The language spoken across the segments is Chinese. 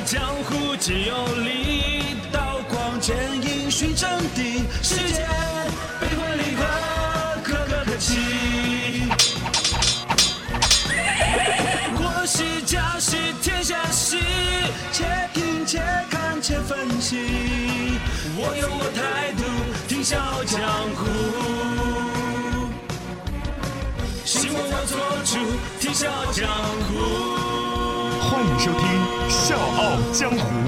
江湖皆有理，刀光剑影寻真谛，世间悲欢离合，可歌可泣。国事家事天下事，且听且看且分析。我有我态度，听笑傲江湖。希望我做主，听笑傲江湖。 欢迎收听《笑傲江湖》。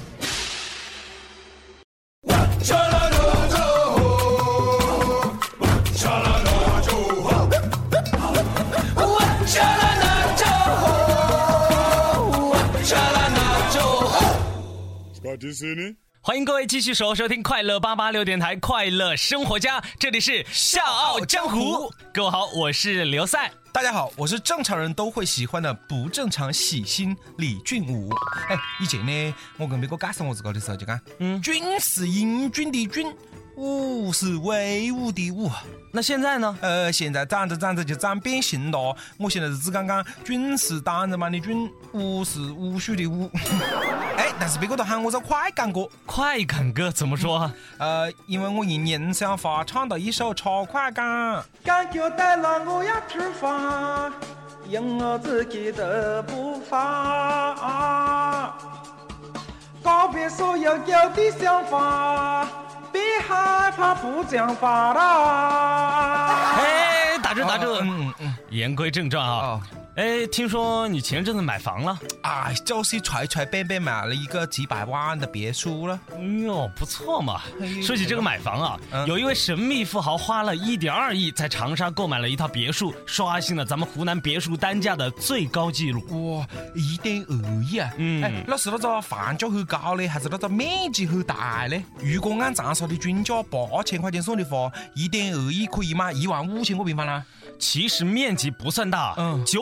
欢迎各位继续收听快乐886电台快乐生活家，这里是笑傲江湖。各位好，我是刘赛。 大家好，我是正常人都会喜欢的不正常喜星李俊武。以前呢，我跟别个介绍我自个的时候就讲，君是英俊的君，武是威武的武。 那现在呢？ 现在长着就长变形了。我现在是只刚刚君是大人嘛的君，武是武术的武。但是别个都喊我做快感哥。 快感哥怎么说？ 因为我一年想法唱到一首超快感。 感觉带了我要出发，用我自己的步伐，告别所有旧的想法。别害怕，不讲法啦！ 打住！言归正传啊。听说你前阵子买房了？ 就是随便买了一个几百万的别墅了。 不错嘛。说起这个买房啊，有一位神秘富豪花了1.2亿在长沙购买了一套别墅，刷新了咱们湖南别墅单价的最高纪录。 哇，1.2亿啊！那是那个房价很高呢，还是那个面积很大呢？如果按长沙的均价8000块钱算的话，1.2亿可以买15000个平方啦。 其实面积不算大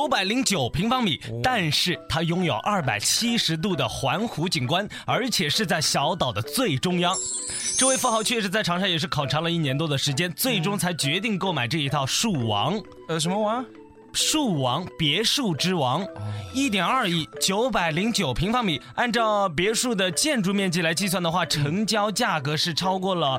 ，909平方米，但是它拥有270度的环湖景观，而且是在小岛的最中央。这位富豪确实在长沙也是考察了1年多的时间，最终才决定购买这一套树王。 什么王？ 树王，别墅之王。1.2亿909平方米，按照别墅的建筑面积来计算的话，成交价格是超过了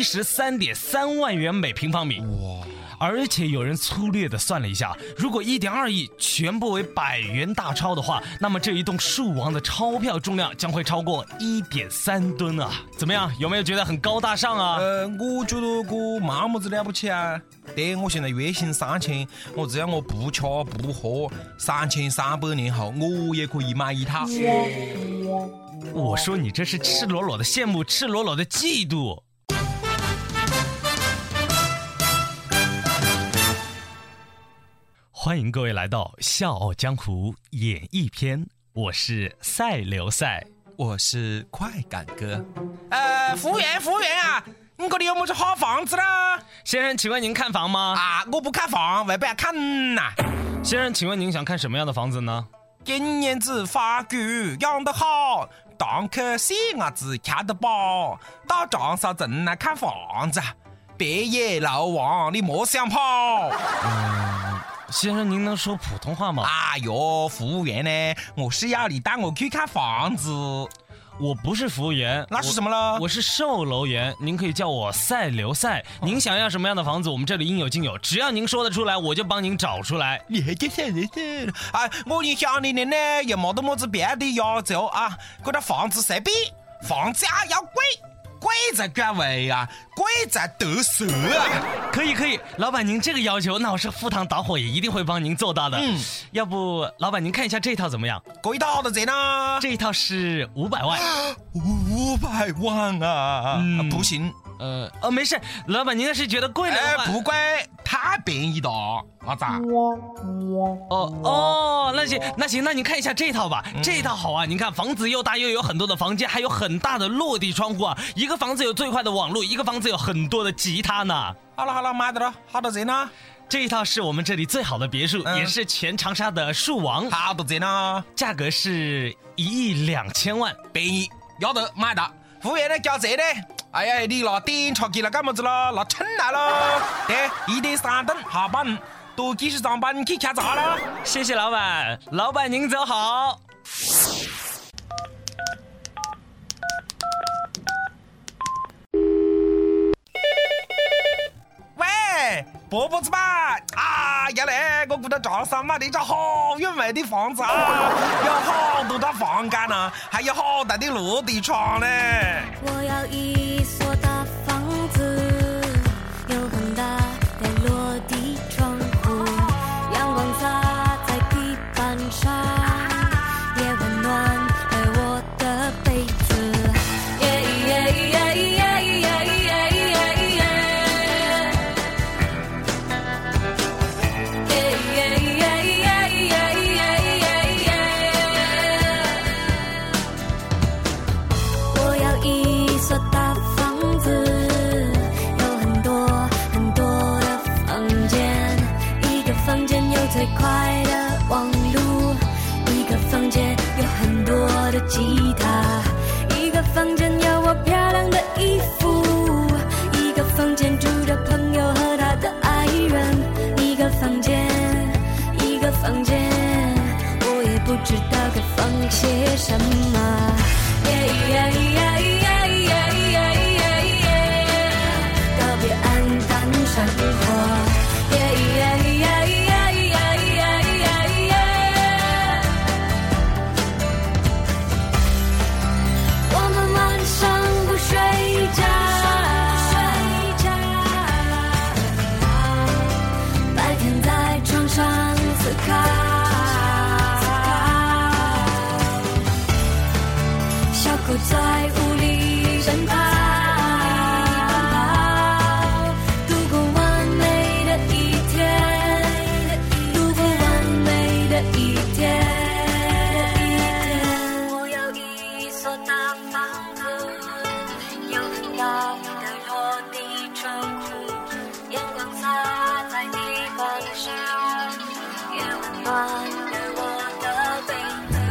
13.3万元每平方米。哇！而且有人粗略的算了一下，如果1.2亿全部为100元大钞的话，那么这一栋树王的钞票重量将会超过1.3吨啊！怎么样，有没有觉得很高大上啊？ 我觉得我没么子了不起啊。对，我现在月薪3000，我只要我不吃不喝，3300年后我也可以买一套。 我说你这是赤裸裸的羡慕，赤裸裸的嫉妒。欢迎各位来到《笑傲江湖》演艺篇，我是赛刘赛， 我是快感哥。服务员啊，你这里有没有好房子啦？ 先生，请问您看房吗？ 我不看房，为不要看呐？ 先生，请问您想看什么样的房子呢？ 经验子发gut，养得好，档口细伢子看得饱，到长沙镇来看房子，别野老王，你莫想跑。 先生，您能说普通话吗？ 服务员呢？我是要你带我去看房子。 我不是服务员， 那是什么了？ 我是售楼员，您可以叫我赛刘赛。您想要什么样的房子，我们这里应有尽有，只要您说得出来，我就帮您找出来。 你还我影响你呢，也没得么子别的要求啊。这个房子随便，房价要贵。贵在价位啊，贵在得瑟啊！ 可以，老板您这个要求，那我是赴汤蹈火也一定会帮您做到的。要不老板您看一下这套怎么样？ 这一套多少钱呢？ 这一套是500万。 500万啊！不行。 没事，老板您要是觉得贵的话， 不贵，太便宜了，阿咋？ 那行，那你看一下这套吧。这套好啊，你看房子又大又有很多的房间，还有很大的落地窗户啊。一个房子有最快的网络，一个房子有很多的吉他呢。 好了，买的了，好多钱呢？ 这一套是我们这里最好的别墅，也是全长沙的树王。 好多钱呢？价格是1亿2000万， 便宜，要得买的。服务员呢，交钱呢？哎呀，你拿点茶给了干么子了？拿秤来了。对，1.3吨下班，多几十张班去看茶了。 谢谢老板，老板您走好。 伯伯子嘛，啊，原来我估到丈上买了一幢好远美的房子啊，有好多的房间呢，还有好大的落地窗呢。 我要一所大房子，有很大的落地窗户，阳光洒在地板上，也温暖了我的被子。我要一所大房子，有很多很多的房间，一个房间有最快的网路，一个房间有很多的吉他，一个房间有我漂亮的衣服，一个房间住着朋友和他的爱人，一个房间，我也不知道该放些什么。告别黯淡生活。我们晚上不睡觉，白天在床上思考，小狗在屋里奔跑，度过完美的一天，度过完美的一天。我要一所大房子，有很大的落地窗户，阳光洒在地板上，也温暖了我的被子。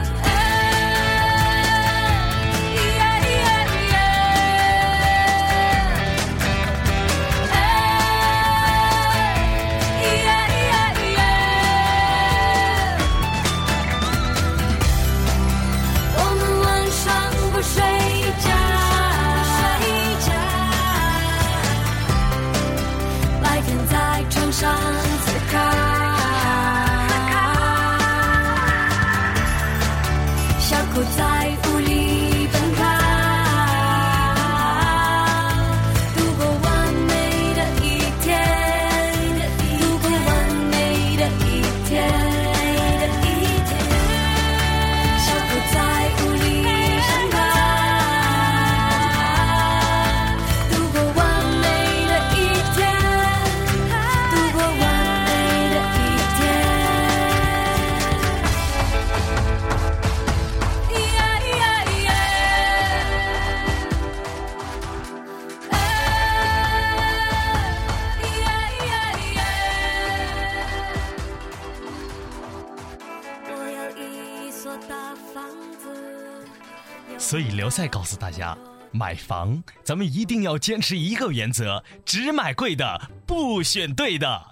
我们晚上不睡觉，白天在床上思考，小狗在屋里奔跑，度过完美的一天，度过完美的一天。小狗在屋里奔跑，度过完美的一天，度过完美的一天。我要一所大房子。 所以刘赛告诉大家，买房咱们一定要坚持一个原则，只买贵的，不选对的。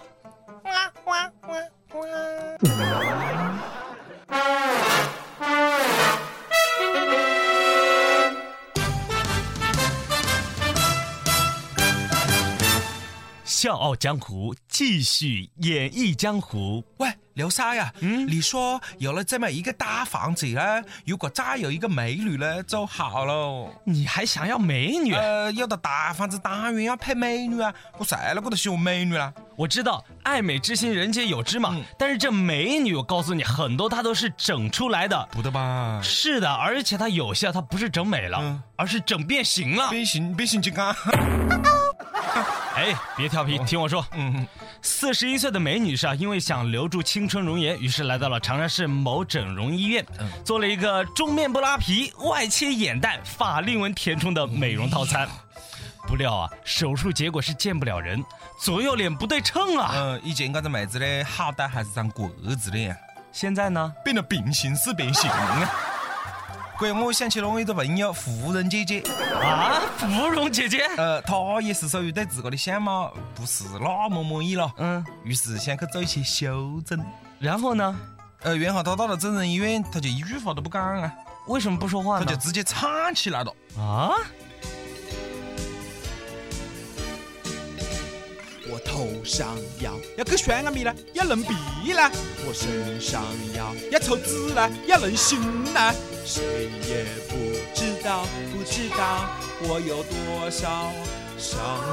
笑傲江湖，继续演绎江湖。 喂，刘沙呀，你说有了这么一个大房子呢，如果再有一个美女呢就好了。 你还想要美女？ 有的大房子当然要配美女啊，我晒了我都喜欢美女了。 我知道爱美之心人皆有之嘛，但是这美女我告诉你，很多她都是整出来的。 不的吧？ 是的，而且她有些她不是整美了，而是整变形了。 变形金刚。 哎，别调皮，听我说。41岁的梅女士啊，因为想留住青春容颜，于是来到了长沙市某整容医院，做了一个中面部拉皮、外切眼袋、法令纹填充的美容套餐。不料啊，手术结果是见不了人，左右脸不对称啊。 以前那个妹子呢，好歹还是张国字脸， 现在呢， 变得平行四边形啊。怪我想起了我一个朋友芙蓉姐姐啊，芙蓉姐姐， 她也是属于对自个的相貌不是那么满意了，于是想去做一些修整。 然后呢， 然后她到了整容医院，她就一句话都不讲啊。 为什么不说话呢？ 她就直接唱起来了啊！ 我头上要个旋啊米呢，要弄币呢，我身上要抽纸呢，要弄心呢，谁也不知道我有多少伤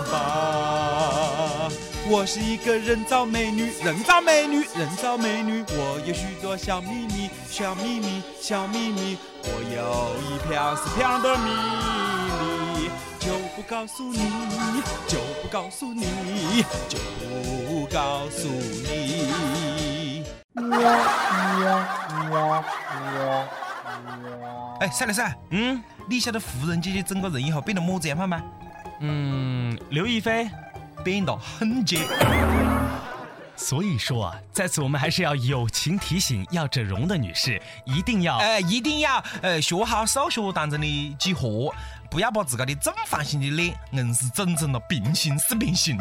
疤。我是一个人造美女，我有许多小秘密，我有一票4票的秘密，就不告诉你。 哎，赛雷赛，你晓得胡人姐姐整个人以后变得么子样吗？ 刘亦菲。 变得很尖。 所以说啊，在此我们还是要友情提醒，要整容的女士一定要学好手学当中的几何，不要把自个的正方形的脸硬是整成了平行四边形。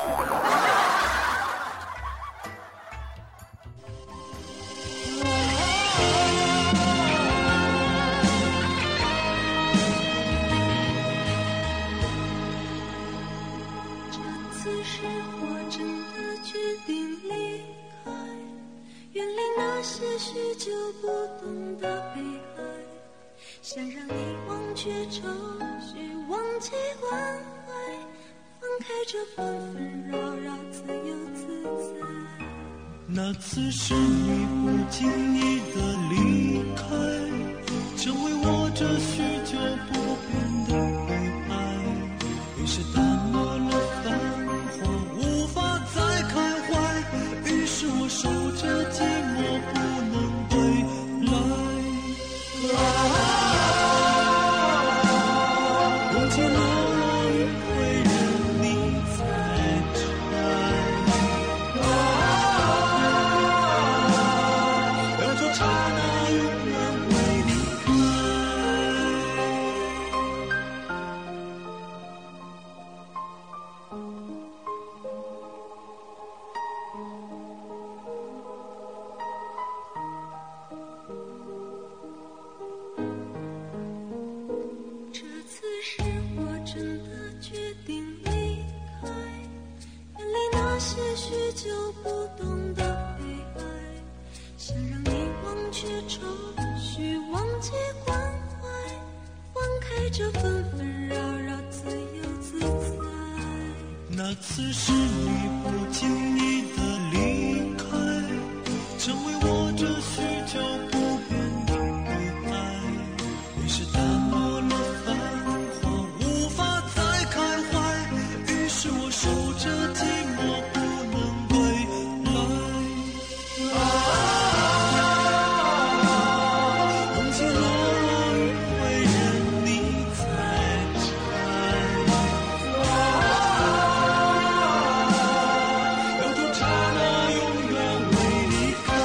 此时我真的决定离开，远离那些许久不懂的悲哀，想让你忘却愁绪，忘记关怀，放开这纷纷扰扰，自由自在。 那次是你不经意的离开，成为我这许久不变的悲哀，于是淡漠了繁华，无法再开怀，于是我守着寂寞不能归来。忘记落雨会任你采摘，留住刹那永远未离这次是我真的决定离开，远离那些许久不懂的悲哀，想让你忘却愁绪，忘记关怀，放开这纷纷扰扰，自由自在。 那次是你不经意的离开，成为我这许久不变的悲哀，于是淡漠了繁华，无法再开怀，于是我守着寂寞不能归来。忘记落雨会任你采摘，留住刹那永远未离开。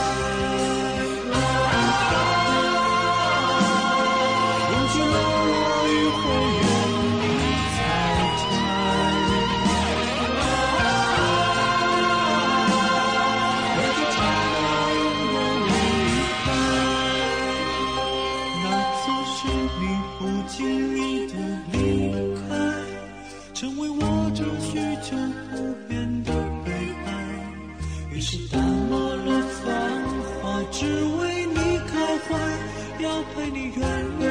忘记落雨会任你采摘，留住刹那永远未离开。那次是你不经意的离开，成为我这许久不变的悲哀，于是淡漠了繁华，只为你开怀，要陪你远远